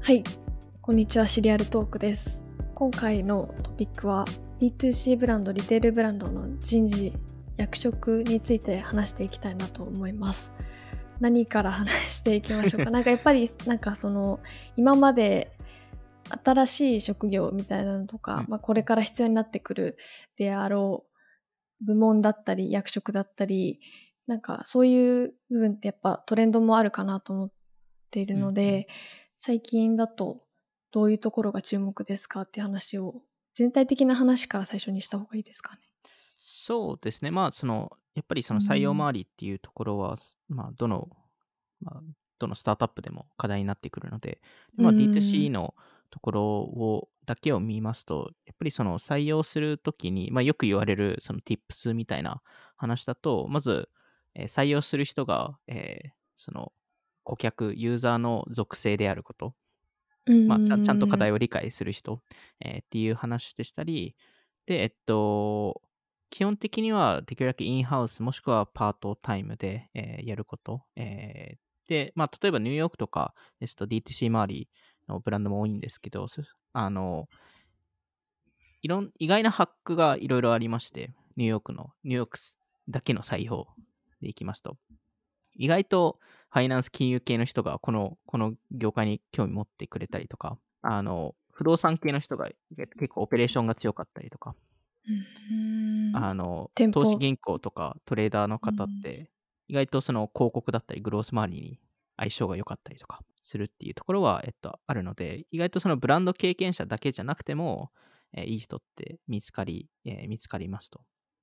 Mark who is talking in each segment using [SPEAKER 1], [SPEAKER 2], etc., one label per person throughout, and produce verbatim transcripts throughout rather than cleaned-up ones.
[SPEAKER 1] はい、こんにちは。シリアルトークです。今回のトピックは ディーツーシー ブランド、リテールブランドの人事、役職について話していきたいなと思います。何から話していきましょうか。なんかやっぱりなんかその今まで新しい職業みたいなのとか、
[SPEAKER 2] うん
[SPEAKER 1] まあ、これから必要になってくるであろう部門だったり役職だったり、なんかそういう部分ってやっぱトレンドもあるかなと思っているので、
[SPEAKER 2] うんうん
[SPEAKER 1] 最近だとどういうところが注目ですかっていう話を全体的な話から最初にした方がいいですかね。
[SPEAKER 2] そうですね。まあ、その、やっぱりその採用周りっていうところは、まあ、どの、まあ、どのスタートアップでも課題になってくるので、まあ、
[SPEAKER 1] うん
[SPEAKER 2] ディーツーシー のところを、だけを見ますと、やっぱりその採用するときに、まあ、よく言われるその tips みたいな話だと、まず、えー採用する人が、えーその、顧客、ユーザーの属性であること。まあ、ちゃんちゃんと課題を理解する人、えーっていう話でしたり、で、えっと、基本的にはできるだけインハウスもしくはパートタイムで、えーやること。えーで、まあ、例えばニューヨークとかですと ディーツーシー 周りのブランドも多いんですけど、そあの、いろん、意外なハックがいろいろありまして、ニューヨークの、ニューヨークだけの採用でいきますと、意外とファイナンス金融系の人がこの、この業界に興味持ってくれたりとか、あの、不動産系の人が結構オペレーションが強かったりとか、
[SPEAKER 1] うん
[SPEAKER 2] あの、
[SPEAKER 1] 店舗
[SPEAKER 2] 投資銀行とかトレーダーの方って、意外とその広告だったりグロース周りに相性が良かったりとかするっていうところは、えっと、あるので、意外とそのブランド経験者だけじゃなくても、えーいい人って見つかり、えー見つかりますと。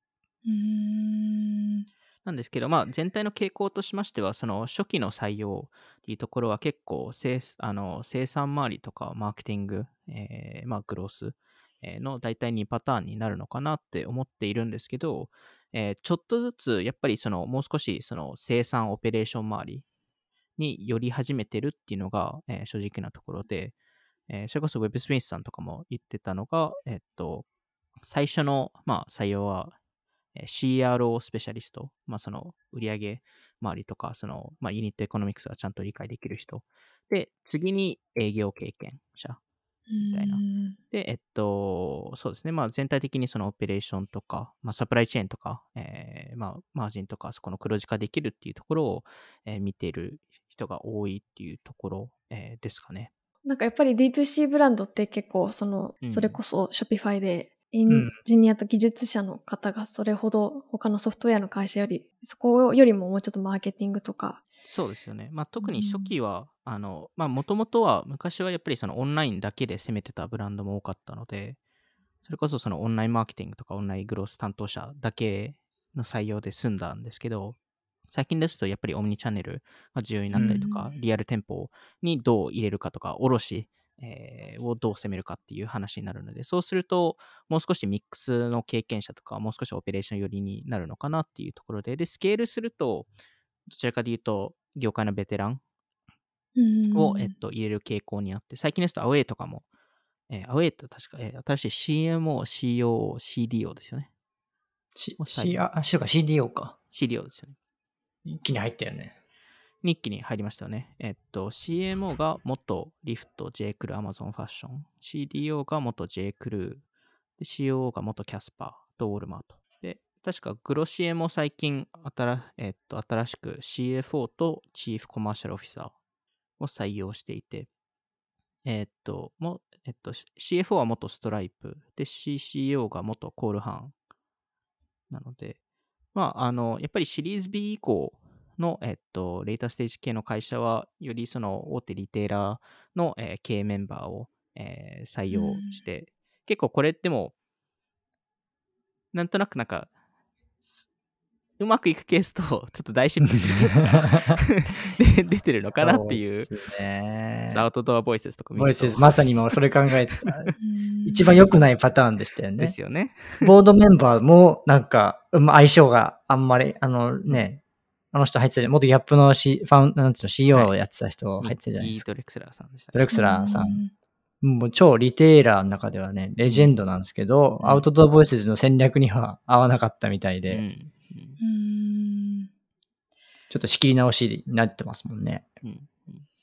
[SPEAKER 1] うん
[SPEAKER 2] なんですけど、まあ、全体の傾向としましては、その初期の採用っていうところは結構生あの生産周りとかマーケティング、えーまあ、グロースえーの大体にパターンになるのかなって思っているんですけど、えーちょっとずつやっぱりそのもう少しその生産オペレーション周りに寄り始めてるっていうのが、えー正直なところで、えーそれこそ Web スミスさんとかも言ってたのが、えっと、最初の、まあ、採用はえー シーアールオー スペシャリスト、まあ、その売上周りとか、その、まあ、ユニットエコノミクスがちゃんと理解できる人。で、次に営業経験者みたいな。で、えっと、そうですね。まあ、全体的にそのオペレーションとか、まあ、サプライチェーンとか、えーまあ、マージンとか、そこの黒字化できるっていうところを、えー見ている人が多いっていうところ、えーですかね。
[SPEAKER 1] なんかやっぱり ディーツーシー ブランドって結構その、
[SPEAKER 2] うん
[SPEAKER 1] それこそ Shopify でエン
[SPEAKER 3] うん。
[SPEAKER 1] ジニアと技術者の方がそれほど他のソフトウェアの会社よりそこよりももうちょっとマーケティングとか、
[SPEAKER 2] そうですよね。まあ、特に
[SPEAKER 1] うん
[SPEAKER 2] 初期は、あの、まあ、もともとは、昔はやっぱりそのオンラインだけで攻めてたブランドも多かったので、それこそそのオンラインマーケティングとかオンライングロース担当者だけの採用で済んだんですけど、最近ですとやっぱりオムニチャンネルが重要になったりとか、リアル店舗にどう入れるかとか、卸、えーをどう攻めるかっていう話になるので、そうすると、もう少しミックスの経験者とか、もう少しオペレーション寄りになるのかなっていうところで、で、スケールすると、どちらかというと、業界のベテランを、えっと、入れる傾向にあって、最近ですとアウェイとかも、えーアウェイって確か、えー新しい シーエムオー、シーオー、シーディーオー ですよね。
[SPEAKER 3] C、
[SPEAKER 2] もう最
[SPEAKER 3] C、
[SPEAKER 2] 後
[SPEAKER 3] あ、あそうか、シーディーオー か。
[SPEAKER 2] シーディーオー ですよね。
[SPEAKER 3] 一気に入ったよね。
[SPEAKER 2] 日記に入りましたよね。えっと、シーエムオー が元リフト、J. クルー、Amazon ファッション。シーディーオー が元 J. クルー。で、シーオーオー が元キャスパーとウォルマート。で、確かグロシエも最近新、えっと、新しく シーエフオー とチーフコマーシャルオフィサーを採用していて、えっと、もえっと、シーエフオー は元ストライプ。で、シーシーオー が元コールハン。なので、まあ、あの、やっぱりシリーズ B 以降の、えっと、レーターステージ系の会社は、よりその大手リテーラーの、えー経営メンバーを、えー採用して、結構これってもう、なんとなくなんか、すうまくいくケースと、ちょっと大失敗するケースがで出てるのかなっていう、
[SPEAKER 3] そうっすね。
[SPEAKER 2] アウトドアボイスとか見ると。
[SPEAKER 3] ボイス、まさに今それ考えた。一番良くないパターンでしたよね。
[SPEAKER 2] ですよね。
[SPEAKER 3] ボードメンバーもなんか、うん相性があんまり、あのね、あの人入ってた、元ギャップの、C、ファン、なんつうの、シーイーオー をやってた人入ってたじゃないですか。
[SPEAKER 2] ミッキー・ドレクスラーさんでしたね。
[SPEAKER 3] ドレクスラーさん。もう超リテーラーの中ではね、レジェンドなんですけど、
[SPEAKER 2] うん
[SPEAKER 3] アウトドアボイスズの戦略には合わなかったみたいで、
[SPEAKER 2] うんうん
[SPEAKER 1] うん
[SPEAKER 3] ちょっと仕切り直しになってますもんね。
[SPEAKER 2] うんうん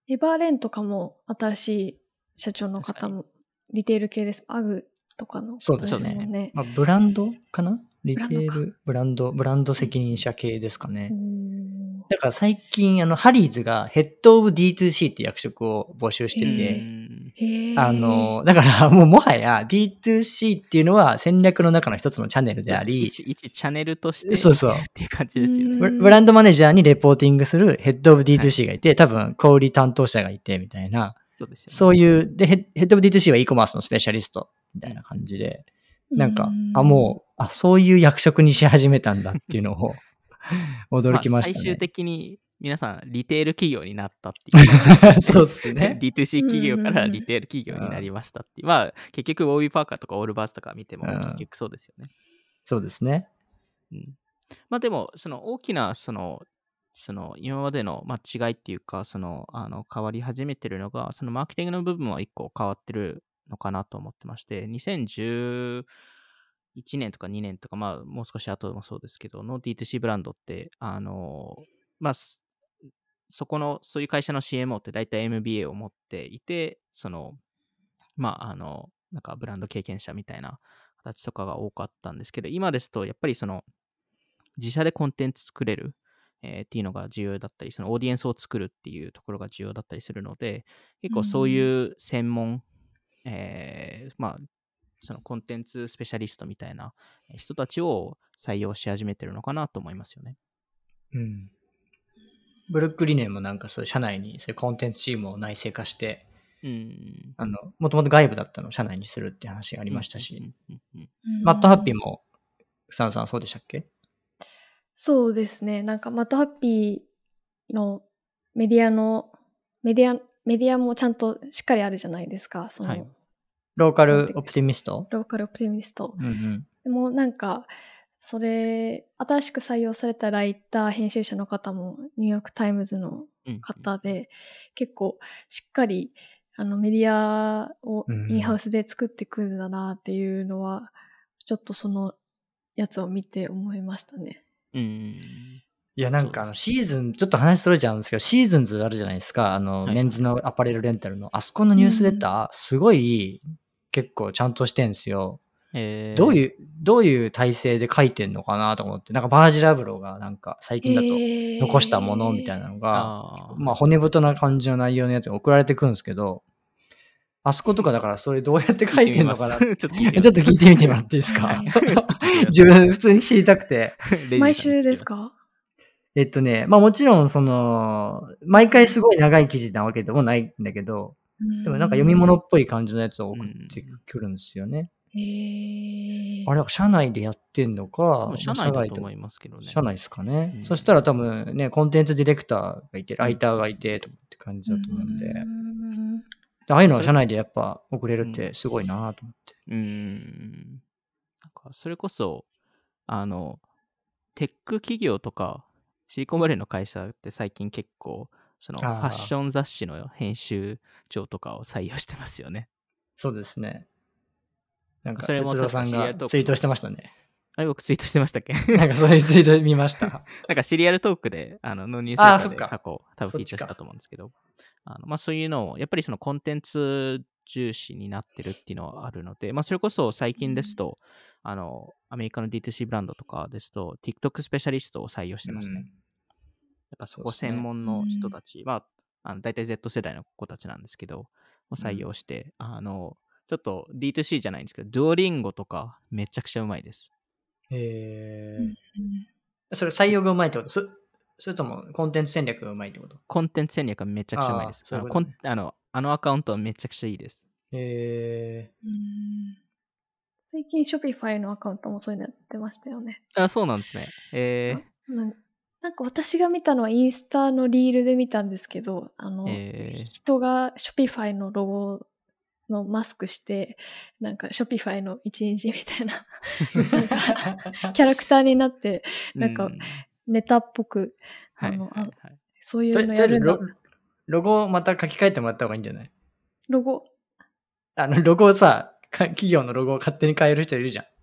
[SPEAKER 1] エバーレーンとかも新しい社長の方もリテール系です。アグとかの
[SPEAKER 3] そう
[SPEAKER 1] 方
[SPEAKER 3] ですね。
[SPEAKER 1] もね。
[SPEAKER 3] まあ、ブランドかなリテ
[SPEAKER 1] ブランドか
[SPEAKER 3] ール、ブランド、ブランド責任者系ですかね。
[SPEAKER 1] うーん
[SPEAKER 3] だから最近、あの、ハリーズがヘッドオブ ディーツーシー って役職を募集して
[SPEAKER 2] う
[SPEAKER 3] て、
[SPEAKER 2] ん。
[SPEAKER 1] へー
[SPEAKER 3] あの、だからもうもはや ディーツーシー っていうのは戦略の中の一つのチャンネルであり、
[SPEAKER 2] 一一チャンネルとして
[SPEAKER 3] そうそう
[SPEAKER 2] やるっていう感じですよね。
[SPEAKER 1] うん
[SPEAKER 3] ブブランドマネージャーにレポーティングするヘッドオブ ディーツーシー がいて、多分小売担当者がいてみたいな、
[SPEAKER 2] そうですよね。
[SPEAKER 3] そういう、で、ヘッヘッドオブ ディーツーシー は e コマースのスペシャリストみたいな感じで、なんか、あ、もう、あ、そういう役職にし始めたんだっていうのを驚きましたね。
[SPEAKER 2] あ、最終的に皆さんリテール企業になったっていう感じですね。
[SPEAKER 3] そうっすね
[SPEAKER 2] ディーツーシー 企業からリテール企業になりましたっていう。まあ、結局、ウォービーパーカーとかオールバースとか見ても
[SPEAKER 3] うん
[SPEAKER 2] 結局そうですよね。
[SPEAKER 3] そうですね。
[SPEAKER 2] うん、まあでも、その大きな、その、その今までの、まあ、違いっていうか、その、あの、変わり始めてるのが、そのマーケティングの部分は一個変わってるのかなと思ってまして、にせんじゅういちねんとかにねんとか、まあ、もう少し後もそうですけど、の ディーツーシー ブランドって、あの、まあ、そこの、そういう会社の シーエムオー って大体 エムビーエー を持っていて、その、まあ、あの、なんかブランド経験者みたいな形とかが多かったんですけど、今ですと、やっぱりその、自社でコンテンツ作れる、えー、っていうのが重要だったり、そのオーディエンスを作るっていうところが重要だったりするので、結構そういう専門、えー、まあ、そのコンテンツスペシャリストみたいな人たちを採用し始めてるのかなと思いますよね。
[SPEAKER 3] うん。ブルックリネンもなんかそういう社内にそういうコンテンツチームを内製化して、
[SPEAKER 2] うん。
[SPEAKER 3] あの、もともと外部だったのを社内にするっていう話がありましたし、
[SPEAKER 2] うんうんうんうん
[SPEAKER 3] マットハッピーも、草野さんそうでしたっけ？
[SPEAKER 1] そうですね。なんかマットハッピーのメディアのメディアメディアもちゃんとしっかりあるじゃないですか。その、
[SPEAKER 2] はい
[SPEAKER 3] ローカルオプティミスト？
[SPEAKER 1] ローカルオプティミスト。
[SPEAKER 3] うんうん。
[SPEAKER 1] でもなんかそれ新しく採用されたライター編集者の方もニューヨークタイムズの方で、
[SPEAKER 2] うんうん
[SPEAKER 1] 結構しっかりあのメディアを
[SPEAKER 3] うん
[SPEAKER 1] インハウスで作ってくるんだなっていうのは、ちょっとそのやつを見て思いましたね。
[SPEAKER 2] うん。
[SPEAKER 3] いや、なんかあのシーズン、ちょっと話それちゃうんですけど、シーズンズあるじゃないですか。あの、
[SPEAKER 2] はい
[SPEAKER 3] メンズのアパレルレンタルの、あそこのニュースレター、すごい結構ちゃんとしてんですよ。
[SPEAKER 2] えー、
[SPEAKER 3] どういう、どういう体制で書いてんのかなと思って、なんかバージラブロがなんか最近だと残したものみたいなのが、
[SPEAKER 2] あー
[SPEAKER 3] まあ骨太な感じの内容のやつが送られてくるんですけど、あそことかだからそれどうやって書いてんのかな
[SPEAKER 2] ちょっと聞いてみます
[SPEAKER 3] ちょっと聞いてみてもらっていいですか
[SPEAKER 1] はい
[SPEAKER 3] 自分普通に知りたくて。
[SPEAKER 1] 毎週ですか？
[SPEAKER 3] えっとね、まあもちろんその、毎回すごい長い記事なわけでもないんだけど、でもなんか読み物っぽい感じのやつを送ってくるんですよね。
[SPEAKER 1] へー
[SPEAKER 3] あれ、社内でやってんのか、
[SPEAKER 2] 多分社内だと
[SPEAKER 3] まあ
[SPEAKER 2] 思いますけどね。
[SPEAKER 3] 社内ですかね。
[SPEAKER 2] うん
[SPEAKER 3] そしたら多分ね、コンテンツディレクターがいて、ライターがいて、とかって感じだと思うんで、
[SPEAKER 1] うーん
[SPEAKER 3] でああいうのは社内でやっぱ送れるってすごいなと思って。
[SPEAKER 2] うーん。なんかそれこそ、あの、テック企業とか、シリコンバレーの会社って最近結構、そのフ
[SPEAKER 3] あー
[SPEAKER 2] ァッション雑誌の編集長とかを採用してますよね。
[SPEAKER 3] そうですね。なんか、
[SPEAKER 2] それも
[SPEAKER 3] 哲郎さんがツイートしてましたね。
[SPEAKER 2] あれ、僕ツイートしてましたっけ
[SPEAKER 3] なんかそういうツイート見ました。
[SPEAKER 2] なんかシリアルトークで、あの、のニュースレターで
[SPEAKER 3] あーそっか
[SPEAKER 2] 過去、多分フィーチャー
[SPEAKER 3] そっちか
[SPEAKER 2] したと思うんですけど、あのまあ、そういうのを、やっぱりそのコンテンツ重視になってるっていうのはあるので、まあ、それこそ最近ですと、あの、アメリカの ディーツーシー ブランドとかですと、TikTok スペシャリストを採用してますね。
[SPEAKER 3] うん
[SPEAKER 2] やっぱそこ専門の人たち、まあ、あの大体 Z 世代の子たちなんですけど、を採用して、あの、ちょっと ディーツーシー じゃないんですけど、ドゥオリンゴとかめちゃくちゃうまいです。
[SPEAKER 3] へ
[SPEAKER 1] うん
[SPEAKER 3] ーそれ採用がうまいってことそそれともコンテンツ戦略がうまいってこと
[SPEAKER 2] コンテンツ戦略がめちゃくちゃうまいです。
[SPEAKER 3] あーそういう
[SPEAKER 2] あの
[SPEAKER 3] ことね
[SPEAKER 2] コンあのあのアカウントはめちゃくちゃいいです。
[SPEAKER 3] へ
[SPEAKER 1] うん最近 Shopify のアカウントもそういうのやってましたよね。
[SPEAKER 2] あ、そうなんですね。え
[SPEAKER 1] ななんか私が見たのはインスタのリールで見たんですけど、あの、
[SPEAKER 2] えー
[SPEAKER 1] 人が Shopify のロゴのマスクして、なんか Shopify の一日みたいななんかキャラクターになって、なんか
[SPEAKER 2] うん
[SPEAKER 1] ネタっぽく、
[SPEAKER 2] はい
[SPEAKER 1] あの、
[SPEAKER 2] はいはい
[SPEAKER 1] あそうい
[SPEAKER 3] と
[SPEAKER 1] うのやるんだ
[SPEAKER 3] とりあえずロ。ロゴをまた書き換えてもらった方がいいんじゃない
[SPEAKER 1] ロゴ。
[SPEAKER 3] あの、ロゴをさ、か企業のロゴを勝手に変える人いるじゃん。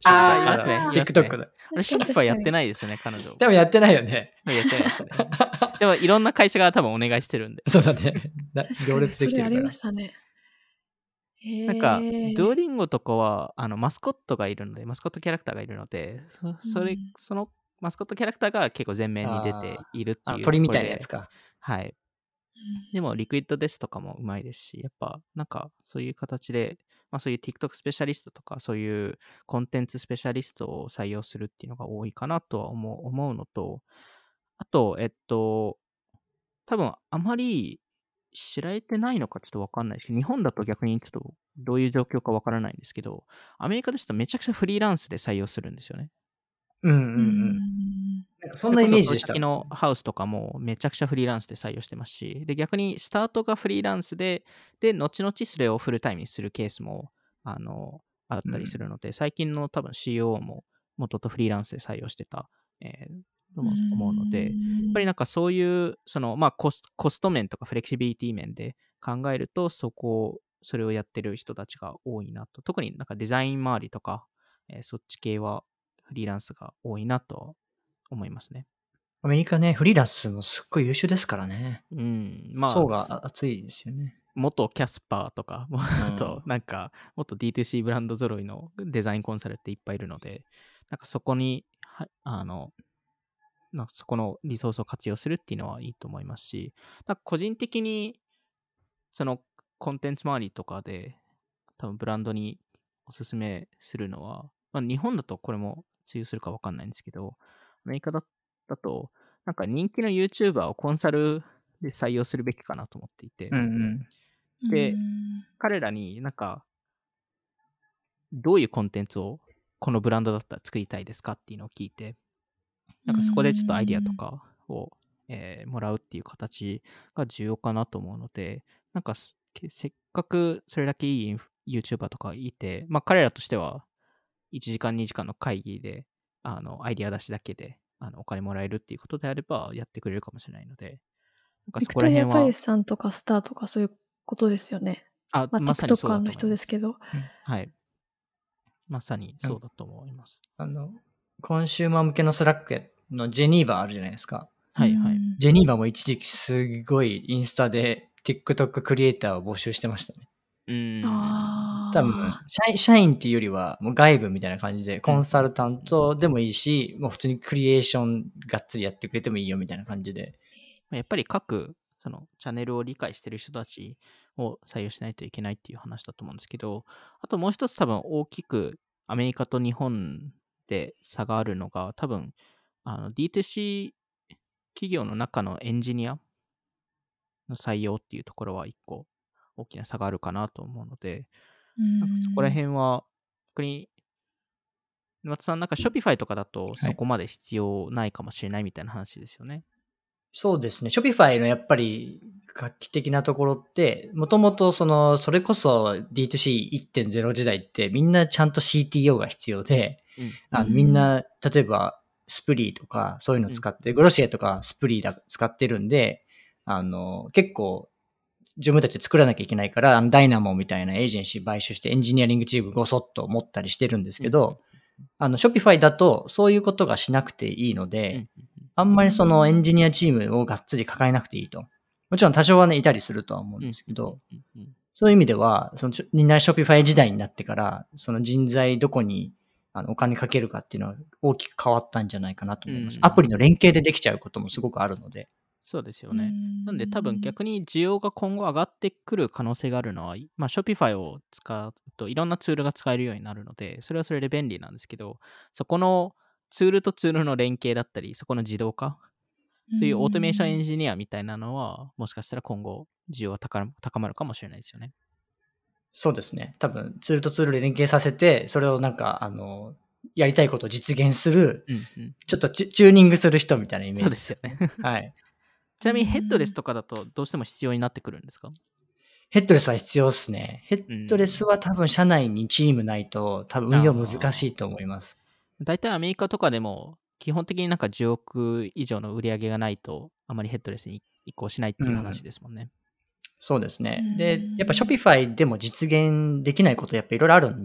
[SPEAKER 2] あーいますね。
[SPEAKER 1] あー
[SPEAKER 2] いますね。
[SPEAKER 3] TikTok だ。
[SPEAKER 2] 俺、ショピファイやってないですね、彼女。
[SPEAKER 3] 多分やってないよね。
[SPEAKER 2] やってないですね。でも、いろんな会社が多分お願いしてるんで。
[SPEAKER 3] そうだね。な
[SPEAKER 1] 確か
[SPEAKER 3] 行
[SPEAKER 1] に
[SPEAKER 3] 列できてるから
[SPEAKER 1] それありま。したね。へ
[SPEAKER 2] なんか、
[SPEAKER 1] ー
[SPEAKER 2] ドゥオリンゴとかは、あの、マスコットがいるので、マスコットキャラクターがいるので、そそれ、
[SPEAKER 1] うん
[SPEAKER 2] そのマスコットキャラクターが結構前面に出ているって
[SPEAKER 3] あの
[SPEAKER 2] いう
[SPEAKER 3] 鳥みたいな
[SPEAKER 2] ところで
[SPEAKER 3] やつか。
[SPEAKER 2] はい。でも、リクイッドですとかもうまいですし、やっぱ、なんか、そういう形で、まあ、そういう TikTok スペシャリストとか、そういうコンテンツスペシャリストを採用するっていうのが多いかなとは思う思うのと、あと、えっと、多分、あまり知られてないのかちょっとわかんないですけど、日本だと逆にちょっとどういう状況かわからないんですけど、アメリカですとめちゃくちゃフリーランスで採用するんですよね。
[SPEAKER 3] うんうんう。
[SPEAKER 1] うんん
[SPEAKER 3] なんかそんなイメージでした。
[SPEAKER 2] それこそ投資先のハウスとかもめちゃくちゃフリーランスで採用してますし、で、逆にスタートがフリーランスで、で、後々それをフルタイムにするケースも、あの、あったりするので、最近の多分 シーイーオー も元とフリーランスで採用してた、えーとも思うので、やっぱりなんかそういう、その、まあコス、コスト面とかフレキシビリティ面で考えると、そこ、それをやってる人たちが多いなと。特になんかデザイン周りとか、えーそっち系はフリーランスが多いなと思いますね。
[SPEAKER 3] アメリカね、フリーランスもすっごい優秀ですからね。
[SPEAKER 2] うん、まあ、
[SPEAKER 3] 層が厚いですよね。
[SPEAKER 2] 元キャスパーとか、も
[SPEAKER 3] うん
[SPEAKER 2] っとなんか、もっと ディーツーシー ブランド揃いのデザインコンサルっていっぱいいるので、なんかそこに、はあの、なんかそこのリソースを活用するっていうのはいいと思いますし、なんか個人的に、そのコンテンツ周りとかで、多分ブランドにおすすめするのは、まあ、日本だとこれも通用するかわかんないんですけど、アメリカだだと、なんか人気の YouTuber をコンサルで採用するべきかなと思っていて、
[SPEAKER 3] うんうん。
[SPEAKER 2] で
[SPEAKER 1] うん
[SPEAKER 2] 彼らになんか、どういうコンテンツをこのブランドだったら作りたいですかっていうのを聞いて、なんかそこでちょっとアイディアとかを、えーもらうっていう形が重要かなと思うので、なんかすせっかくそれだけいいインフ YouTuber とかいて、まあ彼らとしてはいちじかんにじかんの会議で、あの、アイディア出しだけで、あの、お金もらえるっていうことであればやってくれるかもしれないので、なんかそ
[SPEAKER 1] ビクトリア・
[SPEAKER 2] こら辺は、
[SPEAKER 1] パリスさんとかスターとかそういうことですよね。
[SPEAKER 2] あ、
[SPEAKER 1] まあ、
[SPEAKER 2] まさにそう
[SPEAKER 1] TikToker の
[SPEAKER 2] だと思います。
[SPEAKER 1] 人ですけど。
[SPEAKER 2] はい。まさにそうだと思います。
[SPEAKER 3] あの、コンシューマー向けのスラックのジェニーバーあるじゃないですか。
[SPEAKER 2] はいはい。
[SPEAKER 1] うん
[SPEAKER 3] ジェニーバーも一時期すごいインスタで TikTok クリエイターを募集してましたね。
[SPEAKER 2] うーん。
[SPEAKER 1] あ
[SPEAKER 3] 多分社員、社員っていうよりはもう外部みたいな感じで、コンサルタントでもいいし、もう普通にクリエーションがっつりやってくれてもいいよみたいな感じで。
[SPEAKER 2] やっぱり各そのチャンネルを理解している人たちを採用しないといけないっていう話だと思うんですけど、あともう一つ多分大きくアメリカと日本で差があるのが、多分あの ディーツーシー 企業の中のエンジニアの採用っていうところは一個大きな差があるかなと思うので、なんかそこら辺は、逆に、沼田さん、なんか Shopify とかだとそこまで必要ないかもしれないみたいな話ですよね。
[SPEAKER 3] そうですね。Shopify のやっぱり画期的なところって、もともとその、それこそ ディーツーシーいってんゼロ 時代ってみんなちゃんと シーティーオー が必要で、
[SPEAKER 2] うん。
[SPEAKER 3] あのみんな、例えばスプリーとかそういうの使って、グロシエとかスプリーだ使ってるんで、あの、結構自分たちで作らなきゃいけないから、あのダイナモみたいなエージェンシー買収してエンジニアリングチームごそっと持ったりしてるんですけど、あの、Shopify だとそういうことがしなくていいので、あんまりそのエンジニアチームをがっつり抱えなくていいと。もちろん多少はね、いたりするとは思うんですけど、そういう意味では、そのみんな Shopify 時代になってから、その人材どこにあのお金かけるかっていうのは大きく変わったんじゃないかなと思います。アプリの連携でできちゃうこともすごくあるので。
[SPEAKER 2] そうですよね。なんで多分逆に需要が今後上がってくる可能性があるのは、まあ Shopify を使うといろんなツールが使えるようになるので、それはそれで便利なんですけど、そこのツールとツールの連携だったり、そこの自動化、そういうオートメーションエンジニアみたいなのは、もしかしたら今後需要は高まるかもしれないですよね。
[SPEAKER 3] そうですね。多分ツールとツールで連携させて、それをなんか、あの、やりたいことを実現する、
[SPEAKER 2] うんうん、
[SPEAKER 3] ちょっとチューニングする人みたいなイメージ。
[SPEAKER 2] そうですよね。
[SPEAKER 3] はい。
[SPEAKER 2] ちなみにヘッドレスとかだとどうしても必要になってくるんですか？
[SPEAKER 3] ヘッドレスは必要ですね。ヘッドレスは多分社内にチームないと多分運用難しいと思います。
[SPEAKER 2] 大体アメリカとかでも基本的になんかじゅうおく以上の売り上げがないとあまりヘッドレスに移行しないっていう話ですもんね。うん、
[SPEAKER 3] そうですね。で、やっぱ Shopify でも実現できないことやっぱいろいろあるんで、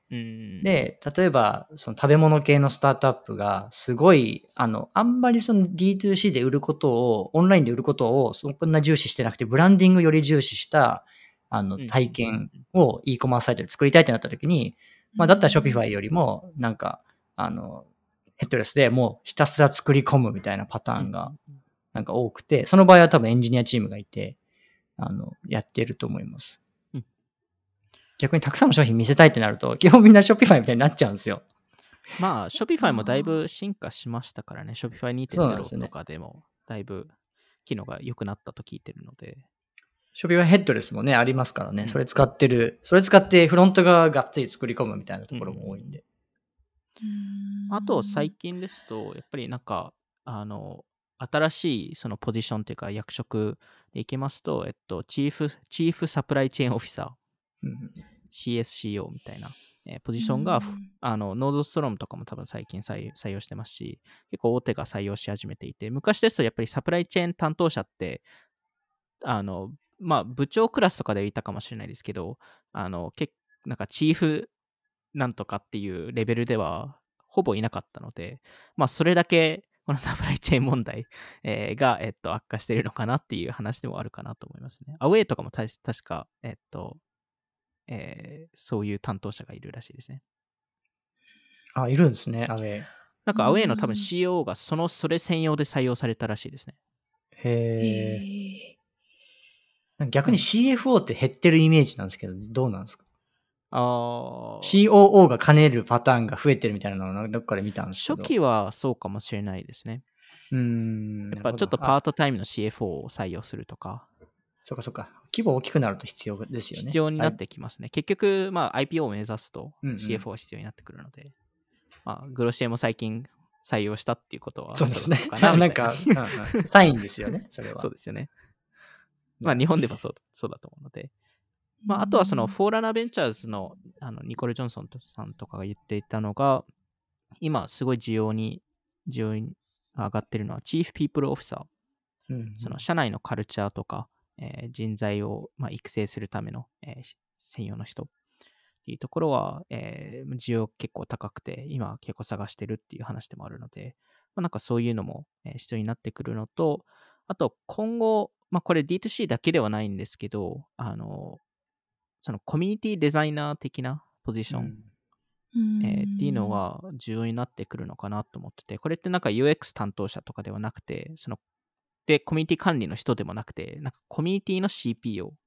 [SPEAKER 2] うん
[SPEAKER 3] で、例えば、その食べ物系のスタートアップが、すごい、あの、あんまりその ディーツーシー で売ることを、オンラインで売ることをそんな重視してなくて、ブランディングより重視した、あの、
[SPEAKER 2] うん
[SPEAKER 3] 体験を e コマースサイトで作りたいってなった時に、まあ、だったら Shopify よりも、なんか、あの、ヘッドレスでもうひたすら作り込むみたいなパターンが、なんか多くて、その場合は多分エンジニアチームがいて、あの、やってると思います。
[SPEAKER 2] うん
[SPEAKER 3] 逆にたくさんの商品見せたいってなると、基本みんな Shopify みたいになっちゃうんですよ。
[SPEAKER 2] まあ、Shopify もだいぶ進化しましたからね。Shopify にてんゼロとかでも、だいぶ機能が良くなったと聞いてるので。
[SPEAKER 3] Shopify ヘッドレスもね、ありますからね。うん、それ使ってる、それ使ってフロントががっつり作り込むみたいなところも多いんで。
[SPEAKER 2] うん、あと、最近ですと、やっぱりなんか、あの、新しいそのポジションというか役職でいきますと、えっと、チーフ、チーフサプライチェーンオフィサー、うん、シーエスシーオー みたいな、えー、ポジションが、あの、ノードストロームとかも多分最近採採用してますし、結構大手が採用し始めていて、昔ですとやっぱりサプライチェーン担当者って、あの、まあ、部長クラスとかでいたかもしれないですけど、あの、結なんかチーフなんとかっていうレベルではほぼいなかったので、まあ、それだけこのサプライチェーン問題、えー、が、えっと、悪化しているのかなっていう話でもあるかなと思いますね。アウェイとかもた確か、えっと、えー、そういう担当者がいるらしいですね。
[SPEAKER 3] あ、いるんですね、アウェイ。
[SPEAKER 2] なんかアウェイの多分 シーオー がその、それ専用で採用されたらしいですね。
[SPEAKER 3] へー。逆に シーエフオー って減ってるイメージなんですけど、どうなんですか？あ シーオーオー が兼ねるパターンが増えてるみたいなのをどっかで見たんですけど。
[SPEAKER 2] 初期はそうかもしれないですね。
[SPEAKER 3] うーん。
[SPEAKER 2] やっぱちょっとパートタイムの シーエフオー を採用するとか。
[SPEAKER 3] そうかそうか。規模大きくなると必要ですよね。
[SPEAKER 2] 必要になってきますね。結局、まあ アイピーオー を目指すと シーエフオー が必要になってくるので、うんうん、まあグロシエも最近採用したっていうことは
[SPEAKER 3] そうですね。
[SPEAKER 2] かな
[SPEAKER 3] なんか、うんうん、サインですよね、それは。
[SPEAKER 2] そうですよね。まあ日本ではそうそうだと思うので。まあ、あとはそのフォーラナーベンチャーズのあのニコル・ジョンソンさんとかが言っていたのが、今すごい需要に、需要に上がっているのはチーフピープルオフィサー。うんうん、その社内のカルチャーとか、えー、人材を、まあ、育成するための、えー、専用の人っていうところは、えー、需要結構高くて、今結構探してるっていう話でもあるので、まあ、なんかそういうのも、えー、必要になってくるのと、あと今後、まあこれ ディーツーシー だけではないんですけど、あの、そのコミュニティデザイナー的なポジション、うんえー、っていうのは重要になってくるのかなと思ってて、これってなんか ユーエックス 担当者とかではなくて、そので、コミュニティ管理の人でもなくて、なんかコミュニティの シーピーオー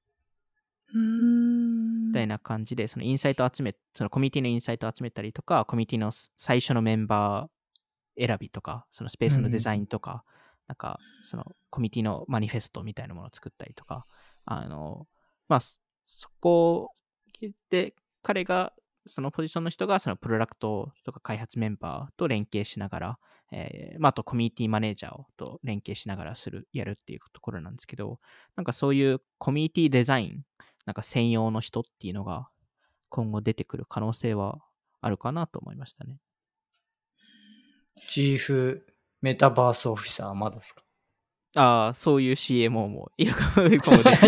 [SPEAKER 2] みたいな感じで、そのインサイトを集め、そのコミュニティのインサイトを集めたりとか、コミュニティの最初のメンバー選びとか、そのスペースのデザインとか、なんかそのコミュニティのマニフェストみたいなものを作ったりとか、あの、まあ、そこで彼が、そのポジションの人がそのプロダクトとか開発メンバーと連携しながら、えーまあ、あとコミュニティマネージャーと連携しながらする、やるっていうところなんですけど、なんかそういうコミュニティデザイン、なんか専用の人っていうのが今後出てくる可能性はあるかなと思いましたね。
[SPEAKER 3] チーフメタバースオフィサーはまだですか？
[SPEAKER 2] ああ、そういう シーエムオー もいるかも出てきます。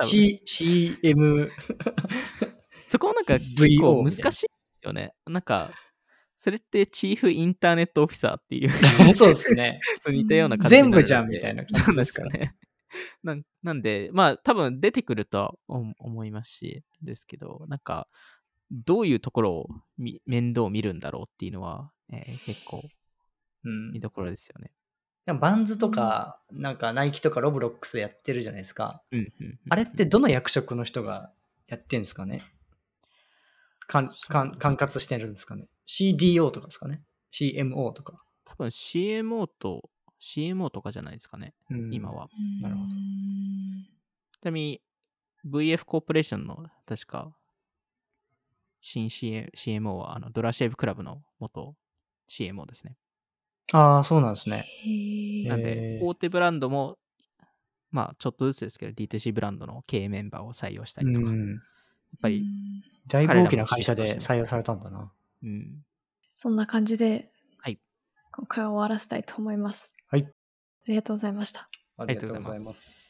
[SPEAKER 3] シーエム
[SPEAKER 2] そこもなんか結構難しいですよね。なんか、それってチーフインターネットオフィサーっていう
[SPEAKER 3] そうですね。
[SPEAKER 2] 似たような感じ
[SPEAKER 3] 全部じゃんみたいな感じ
[SPEAKER 2] ですかね。な, なんで、まあ多分出てくるとは思いますし、ですけど、なんか、どういうところを面倒を見るんだろうっていうのは、えー、結構見どころですよね。
[SPEAKER 3] うん、バンズとか、なんかナイキとかロブロックスやってるじゃないですか。
[SPEAKER 2] うんうんうんうん、
[SPEAKER 3] あれってどの役職の人がやってんですかね？管轄してるんですかね？ シーディーオー とかですかね？ シーエムオー とか。
[SPEAKER 2] 多分 シーエムオー と シーエムオー とかじゃないですかね、うん、今は。
[SPEAKER 3] なるほど。
[SPEAKER 2] ちなみに ブイエフ コーポレーションの確か新 シーエムオー はあのドラシェーブクラブの元 シーエムオー ですね。
[SPEAKER 3] ああ、そうなんですね。
[SPEAKER 2] なんで、大手ブランドも、まあ、ちょっとずつですけど、ディーツーシー ブランドの経営メンバーを採用したりとか、うん、やっぱり、
[SPEAKER 3] だいぶ大きな会社で採用されたんだな。
[SPEAKER 1] うん、そんな感じで、
[SPEAKER 2] はい、
[SPEAKER 1] 今回は終わらせたいと思います。
[SPEAKER 3] はい。
[SPEAKER 1] ありがとうございました。
[SPEAKER 3] ありがとうございます。